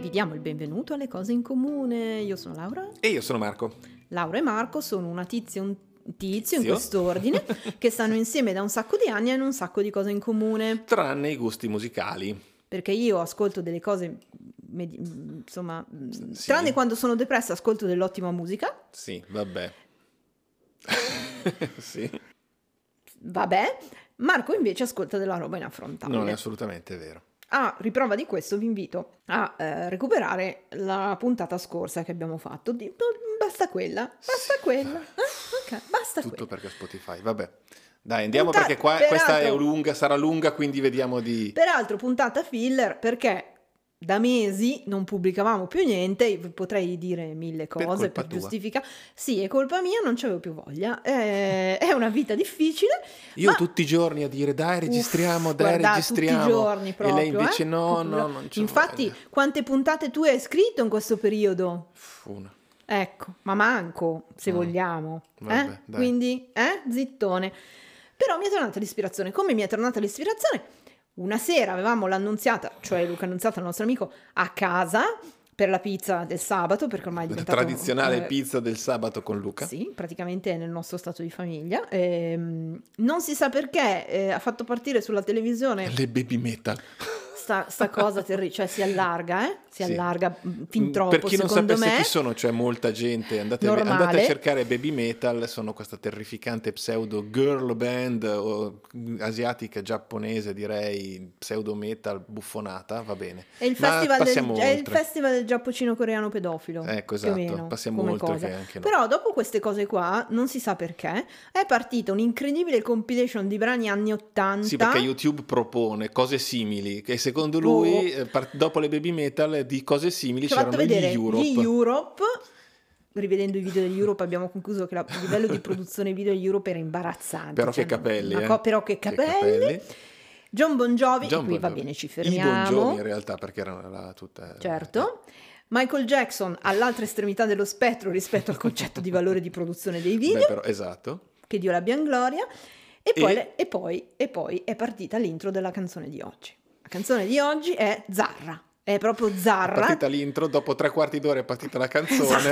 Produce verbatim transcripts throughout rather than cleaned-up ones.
Vi diamo il benvenuto alle Cose in Comune. Io sono Laura. E io sono Marco. Laura e Marco sono una tizia e un tizio, Tizio. in quest'ordine, che stanno insieme da un sacco di anni e hanno un sacco di cose in comune. Tranne i gusti musicali. Perché io ascolto delle cose, med- insomma, Sì. tranne quando sono depressa ascolto dell'ottima musica. Sì, vabbè. Sì. Vabbè. Marco invece ascolta della roba inaffrontabile. Non è assolutamente vero. A riprova di questo vi invito a eh, recuperare la puntata scorsa che abbiamo fatto. Di, basta quella, basta Sì. quella. Eh? Ok, basta Tutto quella. perché Spotify, vabbè. Dai, andiamo Puntata- perché qua peraltro- questa è lunga, sarà lunga, quindi vediamo di... Peraltro puntata filler perché da mesi non pubblicavamo più niente, potrei dire mille Per cose colpa per, tua. giustificare. Sì, è colpa mia, non c'avevo più voglia. Eh, è una vita difficile. Io ma... tutti i giorni a dire dai registriamo, Uff, dai guarda, registriamo. tutti i giorni proprio, e lei invece eh? no, Tutti i no, giorni. non c'ho Infatti, voglia. quante puntate tu hai scritto in questo periodo? Una. Ecco, ma manco, se Mm. vogliamo. Vabbè, eh? dai. Quindi, eh? Zittone. Però mi è tornata l'ispirazione. Come mi è tornata l'ispirazione? Una sera avevamo l'annunziata, cioè Luca Annunziata, il nostro amico, a casa per la pizza del sabato, perché ormai è La diventato... tradizionale eh, pizza del sabato con Luca. Sì, praticamente è nel nostro stato di famiglia. Ehm, non si sa perché eh, ha fatto partire sulla televisione Le baby metal. sta, sta cosa terribile, cioè si allarga, eh? Si Sì. allarga mm, fin Mm, troppo, per chi non secondo sapesse me. chi sono, cioè molta gente, andate, a- Normale. andate a cercare baby metal, sono questa terrificante pseudo girl band o asiatica, giapponese direi, pseudo metal buffonata, va bene. È il, Ma festival del, passiamo è il oltre. festival del giappocino coreano pedofilo. Ecco, più o esatto, meno, passiamo come oltre cosa. che anche no. Però dopo queste cose qua, non si sa perché, è partita un'incredibile compilation di brani anni ottanta. Sì, perché YouTube propone cose simili, che secondo lui, Oh. eh, par- dopo le baby metal, di cose simili Ci ho fatto c'erano vedere gli Europe. gli Europe. Rivedendo i video degli Europe abbiamo concluso che la- il livello di produzione video degli Europe era imbarazzante. Però cioè, che capelli, una eh. co- però che Che capelli. capelli. John Bon Jovi, John qui Bon va Jovi. bene, ci I fermiamo. Bon Jovi in realtà, perché erano là tutta... Certo. Michael Jackson all'altra estremità dello spettro rispetto al concetto di valore di produzione dei video, Beh, però, esatto. che Dio l'abbia in gloria, e poi, E- le- e poi, e poi è partita l'intro della canzone di oggi. La canzone di oggi è Zarra, è proprio È Zarra. partita l'intro, dopo tre quarti d'ora è partita la canzone,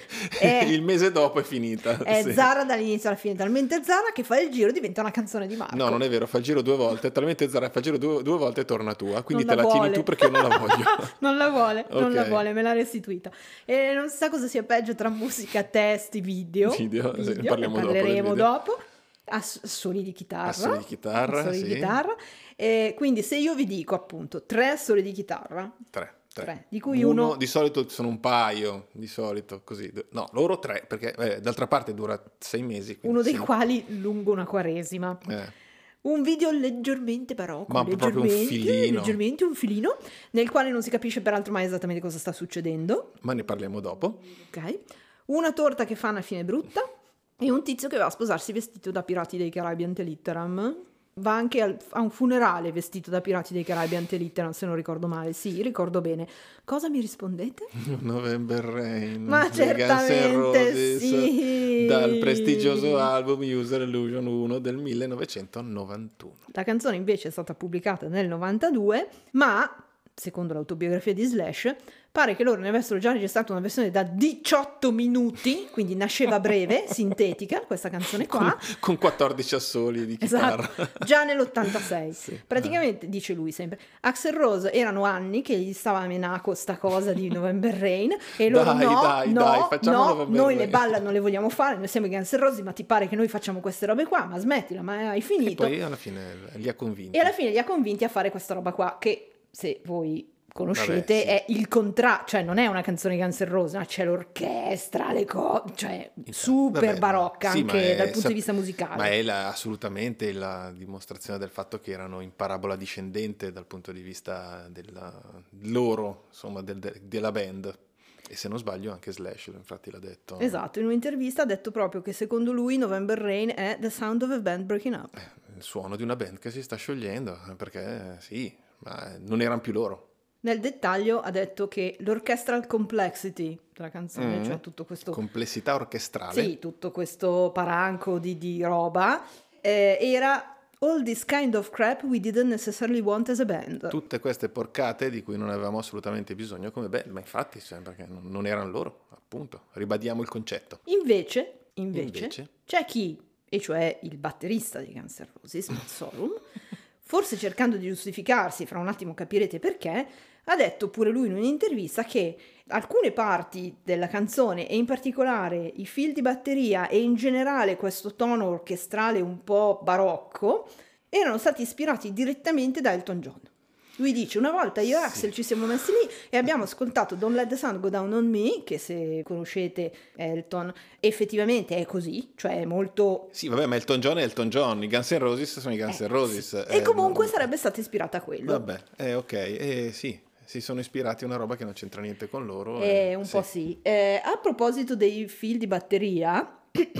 È- il mese dopo è finita. È sì. Zarra dall'inizio alla fine, talmente Zarra che fa il giro e diventa una canzone di Marco. No, non è vero, fa il giro due volte, talmente Zara fa il giro due, due volte e torna tua, quindi Non te la la tieni vuole. tu perché io non la voglio. Non la vuole, non la Ok. vuole, me l'ha restituita. E non si sa cosa sia peggio tra musica, testi, video. Video, sì, Video, parliamo ne dopo del parleremo video. dopo. Ass- Assoli di chitarra. Assoli di chitarra, Assoli di sì. chitarra. E quindi se io vi dico appunto tre assoli di chitarra, Tre. Tre. Tre, di cui uno- Di solito sono un paio, di solito così. No, loro tre, perché eh, d'altra parte dura sei mesi. quindi uno dei sì. quali lungo una quaresima. Eh. Un video leggermente barocco, Ma proprio un leggermente, filino. leggermente un filino, nel quale non si capisce peraltro mai esattamente cosa sta succedendo. Ma ne parliamo dopo. Ok. Una torta che fa una fine brutta e un tizio che va a sposarsi vestito da Pirati dei Caraibi ante litteram. Va anche al- a un funerale vestito da Pirati dei Caraibi ante litteram, se non ricordo male. Sì, ricordo bene. Cosa mi rispondete? November Rain. Ma dei Guns N' certamente Roses, sì. Dal prestigioso album User Illusion uno del millenovecentonovantuno. La canzone invece è stata pubblicata nel novantadue, ma, secondo l'autobiografia di Slash, pare che loro ne avessero già registrato una versione da diciotto minuti, quindi nasceva breve, sintetica, questa canzone qua. Con, con quattordici assoli di chitarra. Esatto, già nell'ottantasei. Sì. Praticamente, dice lui sempre, Axl Rose erano anni che gli stava a menaco sta cosa di November Rain e loro Dai, no, dai, no, dai, facciamo no, November noi Rain." le balle non le vogliamo fare, noi siamo i Guns N' Roses, ma ti pare che noi facciamo queste robe qua? Ma smettila, ma hai E finito. poi alla fine li ha convinti. E alla fine li ha convinti a fare questa roba qua, che se voi conoscete Vabbè, sì. è il contrario, cioè non è una canzone di Guns N' Roses, ma c'è l'orchestra, le cose, cioè super Vabbè, barocca sì, ma anche è- dal punto sap- di vista musicale. Ma è la- assolutamente la dimostrazione del fatto che erano in parabola discendente dal punto di vista della, loro, insomma, del- de- della band. E se non sbaglio anche Slash, infatti l'ha detto. Esatto, in un'intervista ha detto proprio che secondo lui November Rain è the sound of a band breaking up. Il suono di una band che si sta sciogliendo, perché sì, ma non erano più loro. Nel dettaglio ha detto che l'orchestral complexity della canzone, Mm. cioè tutto questo, Complessità orchestrale. sì, tutto questo paranco di, di roba, eh, era All this kind of crap we didn't necessarily want as a band. Tutte queste porcate di cui non avevamo assolutamente bisogno come band, ma infatti, cioè, perché non, non erano loro, appunto. Ribadiamo il concetto. Invece, invece, Invece? c'è chi, e cioè il batterista di Guns N' Roses, Matt Sorum, forse cercando di giustificarsi, fra un attimo capirete perché, ha detto pure lui in un'intervista che alcune parti della canzone, e in particolare i fill di batteria e in generale questo tono orchestrale un po' barocco, erano stati ispirati direttamente da Elton John. Lui dice: una volta io e Axel ci siamo messi lì e abbiamo ascoltato Don't Let the Sun Go Down on Me, che se conoscete Elton effettivamente è così, cioè è molto... Sì, vabbè, ma Elton John è Elton John, i Guns N' Roses sono i Guns Eh, N' Roses. sì. eh, E comunque non- sarebbe stata ispirata a quello. Vabbè, eh, ok, eh, sì, si sono ispirati a una roba che non c'entra niente con loro. Eh, eh, un sì. po' sì. Eh, a proposito dei fil di batteria,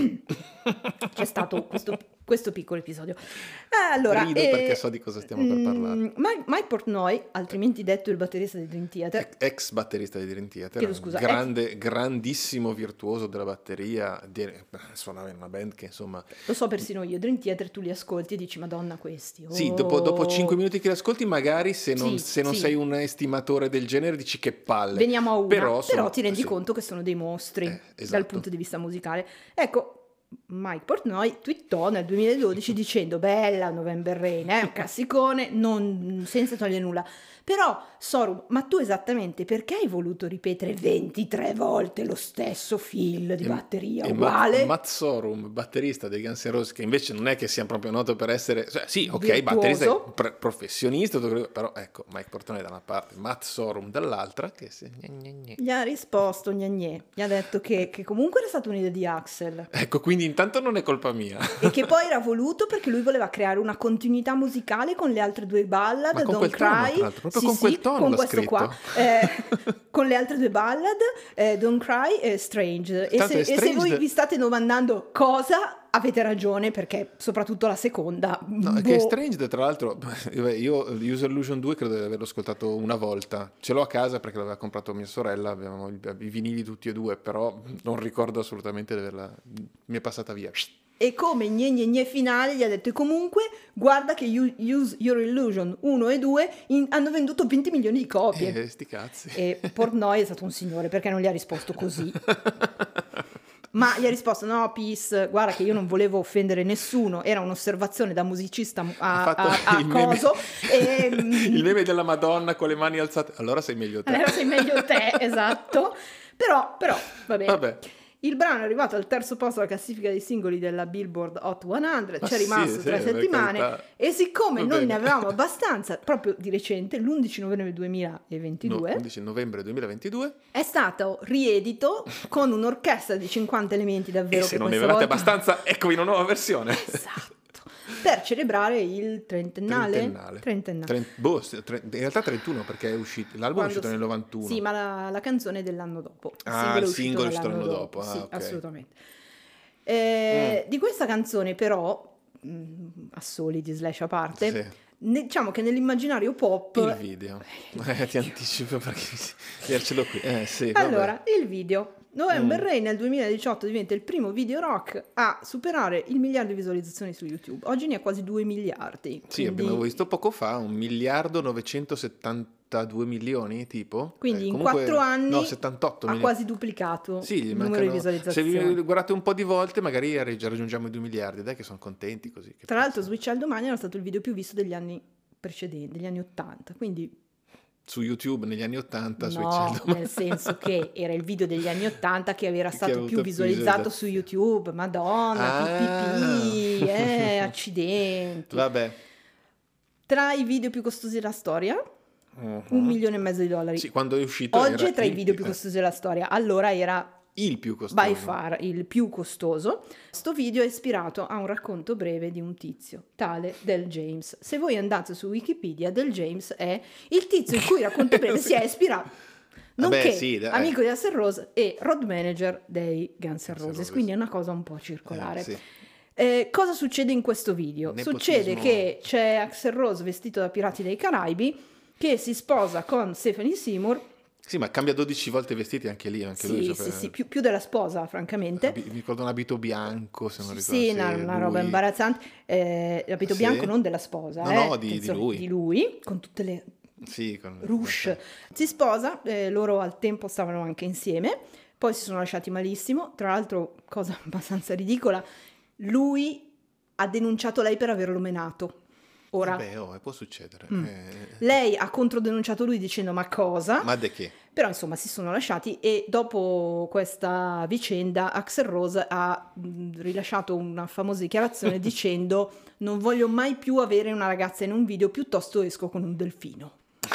c'è stato questo, questo piccolo episodio. Eh, allora, Rido eh, perché so di cosa stiamo per mm, parlare. Mike, Mike Portnoy, altrimenti detto il batterista di Dream Theater, Ex batterista di Dream Theater, Chiedo scusa, grande, grandissimo virtuoso della batteria, di- suonava in una band che insomma... lo so persino io, Dream Theater tu li ascolti e dici Madonna questi. Sì, oh." dopo, dopo cinque minuti che li ascolti magari se non, Sì, se non sì. sei un estimatore del genere dici che palle. Veniamo a una, Però, però, sono- ti rendi sì. conto che sono dei mostri Eh, esatto. dal punto di vista musicale. Ecco, Mike Portnoy twittò nel duemiladodici dicendo bella November Rain, è un classicone, non, senza togliere nulla. Però, Sorum, ma tu esattamente perché hai voluto ripetere ventitré volte lo stesso fill di E- batteria e uguale? Matt, Matt Sorum, batterista dei Guns N' Roses, che invece non è che sia proprio noto per essere, cioè, sì, ok, Virtuoso. batterista pre- professionista, tutto quello- però ecco, Mike Portnoy da una parte, Matt Sorum dall'altra, che se... gne, gne, gne. Gli ha risposto gnagnè, gli ha detto che, che comunque era stata un'idea di Axel Ecco, quindi intanto non è colpa mia. e che poi era voluto perché lui voleva creare una continuità musicale con le altre due ballad, Ma con Don't quel tono, Cry, tra l'altro, proprio sì, con quel sì, tono con l'ha questo scritto. qua, eh, con le altre due ballad, eh, Don't Cry e Strange. E Tanto se, è e se Strange voi de- vi state domandando cosa, avete ragione, perché soprattutto la seconda, No, è boh, che è Strange, tra l'altro, io User Illusion due credo di averlo ascoltato una volta, ce l'ho a casa perché l'aveva comprato mia sorella, abbiamo i, i vinili tutti e due, però non ricordo assolutamente di averla, mi è passata via. e come gne gne gne finale gli ha detto e comunque guarda che You- Use Your Illusion uno e due in- hanno venduto venti milioni di copie. Eh, sti cazzi. E Portnoy è stato un signore perché non gli ha risposto così. Ma gli ha risposto no, peace, guarda che io non volevo offendere nessuno, era un'osservazione da musicista a, Ha fatto a, a il meme- coso. E, Il meme della Madonna con le mani alzate, allora sei meglio te. allora sei meglio te, esatto. Però, però, va bene. Vabbè. Il brano è arrivato al terzo posto alla classifica dei singoli della Billboard Hot cento, Ma ci è sì, rimasto sì, tre per settimane carità. e siccome Va non ne bene. avevamo abbastanza, proprio di recente, l'undici novembre duemilaventidue, No, undici novembre duemilaventidue. è stato riedito con un'orchestra di cinquanta elementi davvero E se che non ne questa avevate volta... abbastanza, eccovi una nuova versione. Esatto. Per celebrare il trentennale. Trentennale. Trentennale. Trent- boh, se- tre- in realtà trentuno perché è uscito, l'album è Quando uscito si- nel novantuno. Sì, ma la, la canzone è dell'anno dopo. Ah, il è singolo è uscito nell'anno l'anno dopo. Ah, Sì, ok. assolutamente. Eh, Mm. Di questa canzone però, mh, a soli di slash a parte, Sì. ne- diciamo che nell'immaginario pop... Il video. Eh, ti anticipo perché ce l'ho qui. Eh, sì, vabbè. Allora, il video. November Mm. Rain nel duemiladiciotto diventa il primo video rock a superare il miliardo di visualizzazioni su YouTube. Oggi ne ha quasi due miliardi. Sì, quindi- abbiamo visto poco fa un miliardo novecentosettantadue milioni, tipo. Quindi Eh, in comunque- quattro anni no, settantotto ha milioni. quasi duplicato Sì, gli il numero mancano- di Se visualizzazioni. vi guardate un po' di volte, magari rag- raggiungiamo i due miliardi. Dai, che sono contenti così. Che Tra l'altro pensi? Switch al domani era stato il video più visto degli anni precedenti, degli anni ottanta, quindi Su YouTube negli anni ottanta, sui no, cento- nel senso che era il video degli anni ottanta che era Che stato ha avuto più più visualizzato su visualizzazioni. YouTube. Madonna, Ah. pipì, eh, accidenti. Vabbè. Tra i video più costosi della storia, Mhm. un milione e mezzo di dollari. Sì, quando è uscito Oggi era è tra i il- video più eh, costosi della storia, allora era il più costoso. by far il più costoso. Sto video è ispirato a un racconto breve di un tizio, tale Del James. Se voi andate su Wikipedia, Del James è il tizio il cui racconto breve si è ispirato, nonché Vabbè, sì, dai. amico di Axl Rose e road manager dei Guns N' Roses. Roses, quindi è una cosa un po' circolare. Eh, sì. Eh, cosa succede in questo video? Nepotismo. Succede che c'è Axl Rose vestito da Pirati dei Caraibi che si sposa con Stephanie Seymour Sì, ma cambia dodici volte i vestiti anche lì, anche sì, lui. sì, Cioè, sì, più, più della sposa, francamente. abi- mi ricordo un abito bianco, se non ricordo. Sì, Sì, una, una roba lui. imbarazzante. Eh, l'abito Sì. bianco non della sposa, No, eh, no, di, di attenzione, lui. di lui, con tutte le Sì, con... ruche. Si sposa, eh, loro al tempo stavano anche insieme, poi si sono lasciati malissimo. Tra l'altro, cosa abbastanza ridicola, lui ha denunciato lei per averlo menato. Ora, Beh, oh, può succedere. Mm. Eh, lei ha controdenunciato lui dicendo ma cosa? Ma de che? Però insomma si sono lasciati e dopo questa vicenda Axl Rose ha mh, rilasciato una famosa dichiarazione dicendo non voglio mai più avere una ragazza in un video, piuttosto esco con un delfino.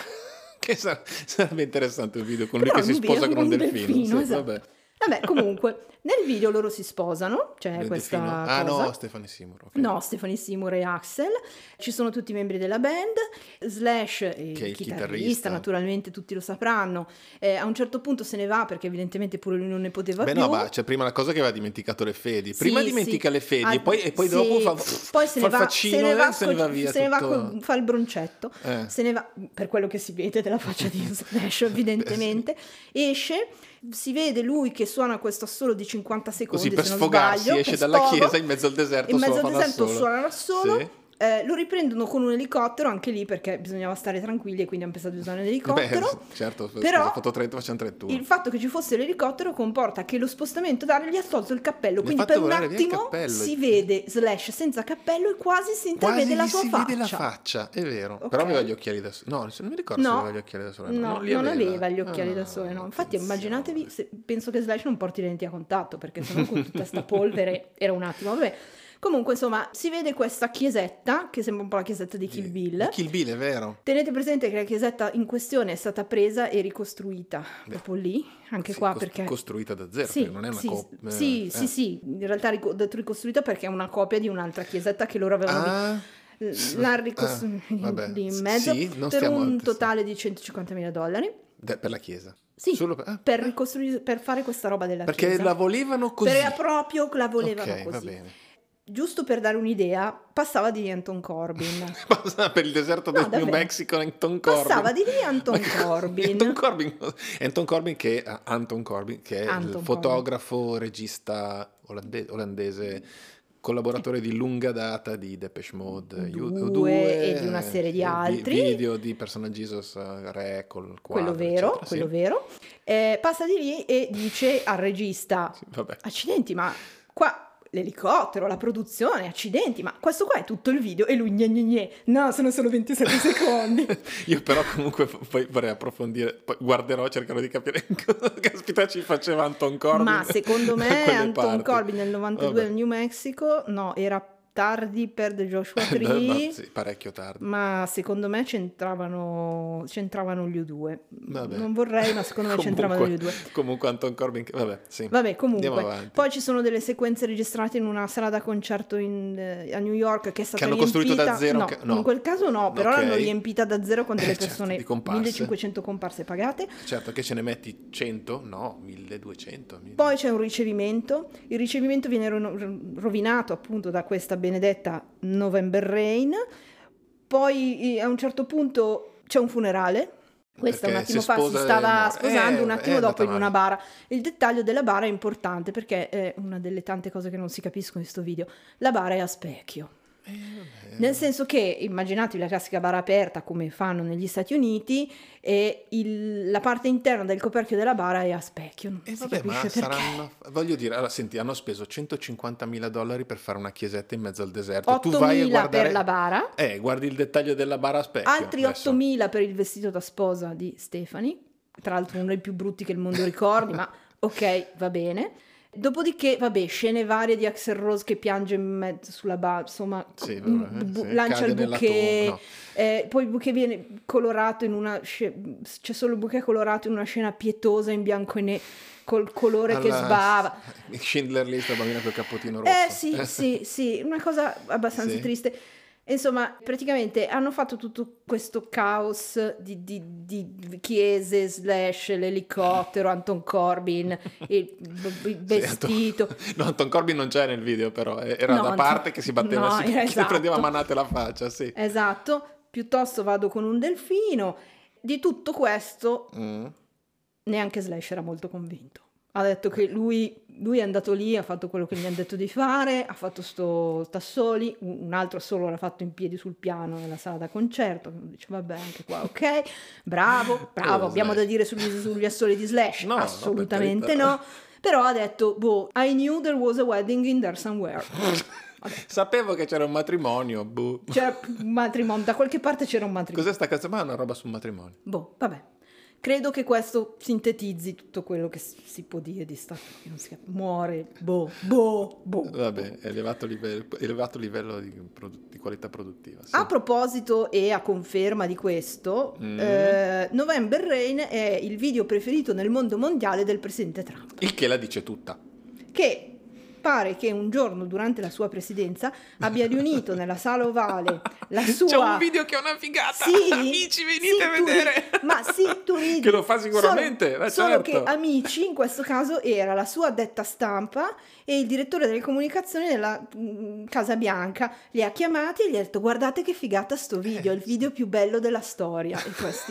Che sar- sarebbe interessante un video con lui Però che si un video sposa con un con un delfino. delfino, Sì, esatto. vabbè. Vabbè, comunque, nel video loro si sposano, c'è Il questa delfino? Ah cosa. no, Stephanie Seymour. ok. No, Stephanie Seymour e Axel, ci sono tutti i membri della band, Slash, eh, Che è il il chitarrista, chitarrista. naturalmente tutti lo sapranno, eh, a un certo punto se ne va perché evidentemente pure lui non ne poteva Beh più. no, ma c'è prima la cosa che aveva dimenticato le fedi. Sì, Prima sì. dimentica le fedi Ah, e poi, e poi sì. dopo fa, Poi se fa ne il va, faccino se ne va, e se ne va col- via se ne va tutto. col- fa il broncetto, Eh. se ne va, per quello che si vede della faccia di Slash evidentemente, esce, si vede lui che suona questo assolo di cinquanta secondi Così per se non sfogarsi sbaglio, esce per dalla sfogo. chiesa in mezzo al deserto. In mezzo al suona da deserto solo. suona da solo. Sì. Eh, lo riprendono con un elicottero anche lì perché bisognava stare tranquilli e quindi hanno pensato di usare l'elicottero. Beh, certo, Però scusa, ho fatto trenta, facciamo trentuno. il fatto che ci fosse l'elicottero comporta che lo spostamento d'aria gli ha tolto il cappello, Gli ha quindi fatto per un volare via il attimo cappello. si vede Slash senza cappello e quasi si Quasi intravede la gli sua si faccia. vede la faccia, è vero. Ok. Però aveva gli occhiali da sole. No, non mi ricordo se No, aveva gli occhiali da sole. no, non, non, li aveva. aveva gli occhiali Ah, da sole, no. Infatti attenzione. immaginatevi, se, penso che Slash non porti lenti a contatto perché sennò con tutta sta polvere era un attimo, vabbè. Comunque insomma si vede questa chiesetta che sembra un po' la chiesetta di Kill Bill. Di Kill Bill, è vero. Tenete presente che la chiesetta in questione è stata presa e ricostruita Beh, proprio lì, anche Sì, qua cos- perché... costruita da zero, Sì, perché non è una sì, coppia. sì, eh. sì, sì, in realtà rico- detto ricostruita perché è una copia di un'altra chiesetta che loro avevano Ah, vi- l'ha ricostruita ah, vabbè. lì in mezzo Sì, non per stiamo- un sì. totale di centocinquantamila dollari. De- per la chiesa. Sì, Solo per, ah, per ricostruire, per fare questa roba della perché chiesa. la volevano così. Per proprio la volevano Ok, va così. bene. Giusto per dare un'idea, passava di Anton Corbin. Passa per il deserto No, del New davvero. Mexico Anton Corbin. Passava di lì Anton Ma- Corbin. Anton Corbin. Anton Corbin che è Anton Corbin che è Anton il fotografo, regista olande- olandese, collaboratore di lunga data di Depeche Mode, Due U due, e di una serie di eh, altri. video di Personal Jesus eh, Re col quadro, Quello vero, eccetera, quello sì. vero. Eh, passa di lì e dice al regista: Vabbè. accidenti, ma qua l'elicottero, la produzione, accidenti, ma questo qua è tutto il video. E lui gne gne gne, no, sono solo ventisette secondi. Io però comunque poi vorrei approfondire, poi guarderò, cercherò di capire cosa caspita ci faceva Anton Corbin. Ma secondo da me quelle Anton parti. Corbin nel novantadue Vabbè. al New Mexico, no, era tardi per The Joshua Ma Tree, sì, parecchio tardi. ma secondo me c'entravano, c'entravano gli U due. Vabbè. Non vorrei, ma secondo me c'entravano gli U due. Comunque Anton Corbin, che- vabbè, sì. Vabbè, Andiamo comunque, avanti. poi ci sono delle sequenze registrate in una sala da concerto in, eh, a New York che è stata Che hanno riempita. costruito da zero? No, Che- no. in quel caso no, però Ok. l'hanno riempita da zero con delle Eh, certo, persone, di comparse. millecinquecento comparse pagate. Certo che ce ne metti cento? No, milleduecento. Poi c'è un ricevimento, il ricevimento viene ro- rovinato appunto da questa benedetta November Rain, poi eh, a un certo punto c'è un funerale. Questa un Perché attimo si fa si sposa e stava muore. sposando, Eh, un è attimo andata dopo in male. una bara. Il dettaglio della bara è importante perché è una delle tante cose che non si capiscono in questo video. La bara è a specchio. Eh, vabbè. Nel senso che immaginatevi la classica bara aperta come fanno negli Stati Uniti e il- la parte interna del coperchio della bara è a specchio. Non E si vabbè, ma capisce perché. saranno. Voglio dire, allora, senti, hanno speso centocinquantamila dollari per fare una chiesetta in mezzo al deserto. Tu vai a ottomila guardare. per la bara, Eh, guardi il dettaglio della bara a specchio. altri adesso. ottomila per il vestito da sposa di Stephanie, tra l'altro uno dei più brutti che il mondo ricordi, ma ok, va bene. Dopodiché, vabbè, scene varie di Axl Rose che piange in mezzo sulla bara, insomma, Sì, mm, vabbè, bu- sì, lancia cade il nella bouquet, tomba, no. eh, poi il bouquet viene colorato in una sce- c'è solo il bouquet colorato in una scena pietosa in bianco e nero col colore che Alla- sbava. Schindler List, la bambina col cappotino rosso. Eh sì, sì, sì, una cosa abbastanza Sì. triste. Insomma, praticamente hanno fatto tutto questo caos di, di- di chiese, slash, l'elicottero, Anton Corbin, il, il vestito. Sì, Anton, no, Anton Corbin non c'è nel video, però eh, era No, da Anton- parte che si batteva, no, si, che esatto. prendeva a manate la faccia, sì. Esatto, piuttosto vado con un delfino. Di tutto questo Mm. neanche Slash era molto convinto. Ha detto che lui, lui è andato lì, ha fatto quello che gli hanno detto di fare, ha fatto sto Tassoli, un altro solo l'ha fatto in piedi sul piano nella sala da concerto, dice vabbè anche qua ok, bravo, bravo, Oh, abbiamo Slash. da dire sugli, sugli assoli di Slash? No, no, assolutamente per no, però ha detto boh, I knew there was a wedding in there somewhere. Sapevo che c'era un matrimonio, boh. C'era un matrimonio, da qualche parte c'era un matrimonio. Cos'è sta canzone? Ma è una roba sul matrimonio. Boh, vabbè. Credo che questo sintetizzi tutto quello che si può dire di sta... Non si capisce. Muore, boh, boh, boh. Vabbè, elevato livello, elevato livello di, produ- di qualità produttiva. Sì. A proposito e a conferma di questo, Mm. eh, November Rain è il video preferito nel mondo mondiale del presidente Trump, Il che la dice tutta. che pare che un giorno durante la sua presidenza abbia riunito nella sala ovale la sua... C'è un video che è una figata, Sì, amici venite sì, a tu vedere. ridi. Ma sì, tu ridi. Che lo fa sicuramente, Solo, ma solo certo. che Amici in questo caso era la sua addetta stampa e il direttore delle comunicazioni della mm, Casa Bianca. Li ha chiamati e gli ha detto guardate che figata sto video, è il video più bello della storia. E questi...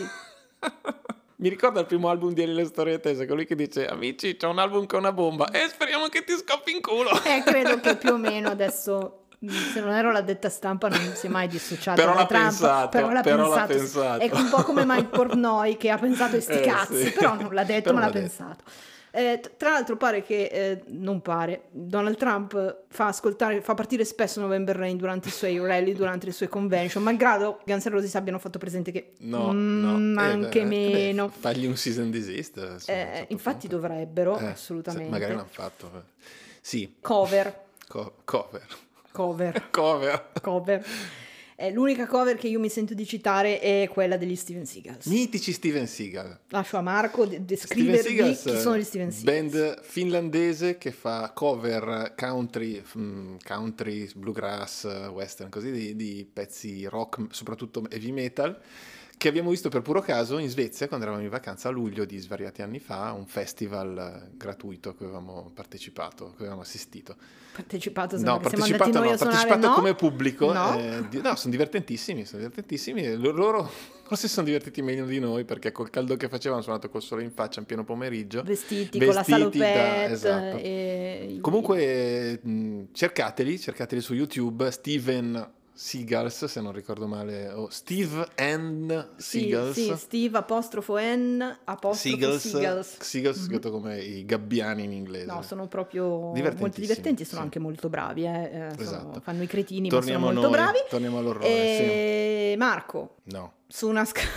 Mi ricorda il primo album di Eli Le Storie Tese, colui che dice amici c'è un album con una bomba e speriamo che ti scoppi in culo. Eh, credo che più o meno adesso, se non ero l'addetta stampa, non si è mai dissociato Però da l'ha Trump, pensato, però l'ha però l'ha pensato. pensato. È un po' come Mike Portnoy che ha pensato a sti Eh, cazzi, sì. però non l'ha detto, Però ma l'ha l'ha detto. pensato. Eh, t- tra l'altro pare che, eh, non pare, Donald Trump fa ascoltare, fa partire spesso November Rain durante i suoi rally, durante le sue convention, malgrado Guns N' Roses abbiano fatto presente che No, mm, no. Eh, anche beh, meno. beh, fagli un season desist. a un Eh, certo infatti punto. dovrebbero, Eh, assolutamente. se- magari l'hanno fatto. eh. Sì, Cover, co- cover. cover, Cover. cover. Eh, l'unica cover che io mi sento di citare è quella degli Steven Seagals. Mitici Steven Seagal. Lascio a Marco de- Steven descrivervi Seagals, chi sono gli Steven Seagals. band finlandese che fa cover country, mm, country, bluegrass, western, così di, di pezzi rock, soprattutto heavy metal, che abbiamo visto per puro caso in Svezia quando eravamo in vacanza a luglio di svariati anni fa, un festival eh, gratuito a cui avevamo partecipato, a cui avevamo assistito. Partecipato, No, sembra che siamo andati partecipato noi no, a suonare, partecipato no? come pubblico. No? eh, di- no, sono divertentissimi, sono divertentissimi. e lo- Loro forse sono divertiti meglio di noi perché col caldo che facevano sono andato col sole in faccia in pieno pomeriggio. Vestiti, con la Vestiti salopette. da- esatto. e... Comunque mh, cercateli, cercateli su YouTube, Steven Seagals, se non ricordo male, o Steve and Sì, Seagals. sì, Steve apostrofo N apostrofo Seagals, Seagals. Seagals Mhm. scritto come i gabbiani in inglese. No, sono proprio molto Divertentissimi, divertenti e sono sì. anche molto bravi. Eh. Eh, sono- Esatto. fanno i cretini, Torniamo ma a sono molto noi, bravi. torniamo all'orrore, E... Marco, sì. No, su una scala...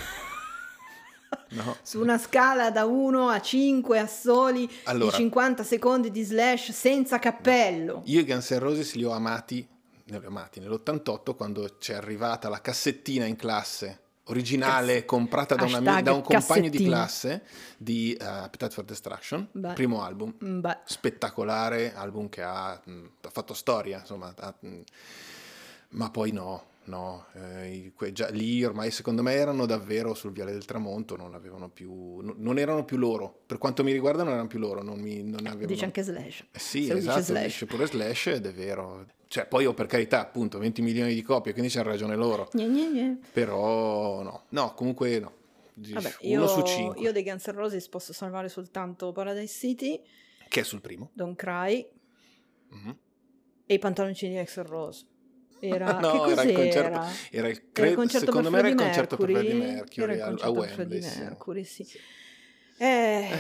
no. Su una scala da uno a cinque assoli Allora. di cinquanta secondi di Slash senza cappello. Io i Guns N' Roses li ho amati, li ho amati nell'ottantotto quando c'è arrivata la cassettina in classe originale Cass- comprata da, un ami- Hashtag da un compagno di cassettina. classe di uh, Appetite for Destruction, Beh. primo album, Mm, Beh, spettacolare, album che ha, mh, ha fatto storia, insomma, ha- mh, ma poi no, no, eh, i- que- già lì ormai secondo me erano davvero sul viale del tramonto, non avevano più, no- non erano più loro, per quanto mi riguarda non erano più loro, non, mi, non avevano... dice anche Slash. Eh sì, Se lo dice esatto, Slash. dice pure Slash ed è vero. Cioè, poi ho per carità, appunto, venti milioni di copie, quindi c'hanno ragione loro. Gne, gne, gne. Però no, no, comunque no. Di- Vabbè, Uno io, su cinque, io dei Guns N' Roses posso salvare soltanto Paradise City, che è sul primo. Don't Cry Mhm. e i pantaloncini di Axl Rose. Era, No, che era il cos'era? concerto, era il, Era cre- il concerto secondo per me era il Freddie concerto per Mercury. Freddie Mercury Era il a- a concerto per Wembley. Freddie sì. Mercury, sì. Eh,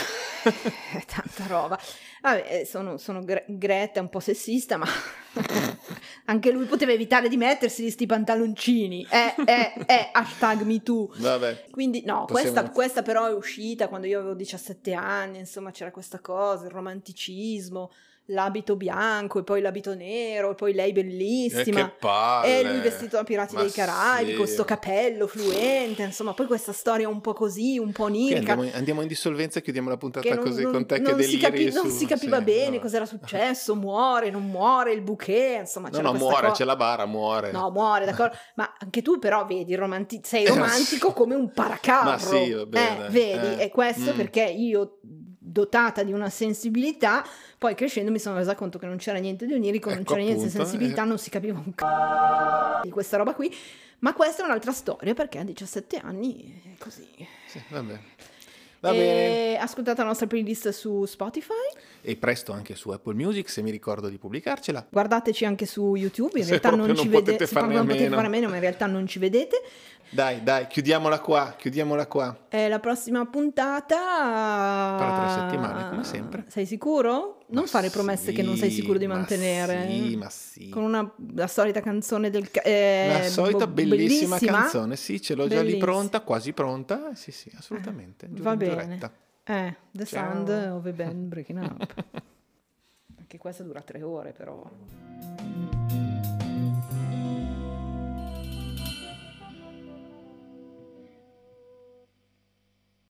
è tanta roba. Vabbè, eh, sono, sono Gre- Greta, è un po' sessista, ma anche lui poteva evitare di mettersi sti pantaloncini. Eh, eh, eh, hashtag MeToo. Vabbè, Quindi no, Possiamo- questa, questa però è uscita quando io avevo diciassette anni, insomma c'era questa cosa, il romanticismo, l'abito bianco e poi l'abito nero e poi lei eh, bellissima. che palle. E lui vestito da Pirati Ma dei Caraibi, sì. con sto capello fluente, insomma, poi questa storia un po' così, un po' Qui onirica. andiamo, in- andiamo in dissolvenza e chiudiamo la puntata Che non, così non- con te che non si, deliri capi- su- non si capiva sì, bene vabbè. cos'era successo, muore, non muore, il bouquet, insomma No, c'era no, questa muore, cosa. c'è la bara, muore. No, muore, d'accordo. Ma anche tu però vedi, romanti- sei Eh, ma romantico sì. come un paracarro. Ma sì, va bene. Eh, vedi, Eh, e questo mm. perché io, dotata di una sensibilità, poi crescendo mi sono resa conto che non c'era niente di onirico, non Ecco, c'era niente di appunto, sensibilità, eh. non si capiva un c***o di questa roba qui. Ma questa è un'altra storia perché a diciassette anni è così. Sì, vabbè. Va e bene. ascoltate la nostra playlist su Spotify. E presto anche su Apple Music, se mi ricordo di pubblicarcela. Guardateci anche su YouTube, in Se realtà non proprio ci non vedete, potete se farne proprio non a potete meno. fare a meno, ma in realtà non ci vedete. Dai, dai, chiudiamola qua, chiudiamola qua. Eh, la prossima puntata... Tra tre settimane, come sempre. Sei sicuro? Non Ma fare promesse sì, che non sei sicuro di ma mantenere. sì, ma sì. Con una, la solita canzone del... ca- eh, La solita bo- bellissima, canzone, sì, ce l'ho già lì Bellissima. pronta, quasi pronta. Eh, sì, sì, assolutamente. giù Va in bene. giuretta. Eh, The Ciao. Sound of a Band Breaking Up. Anche questa dura tre ore, però.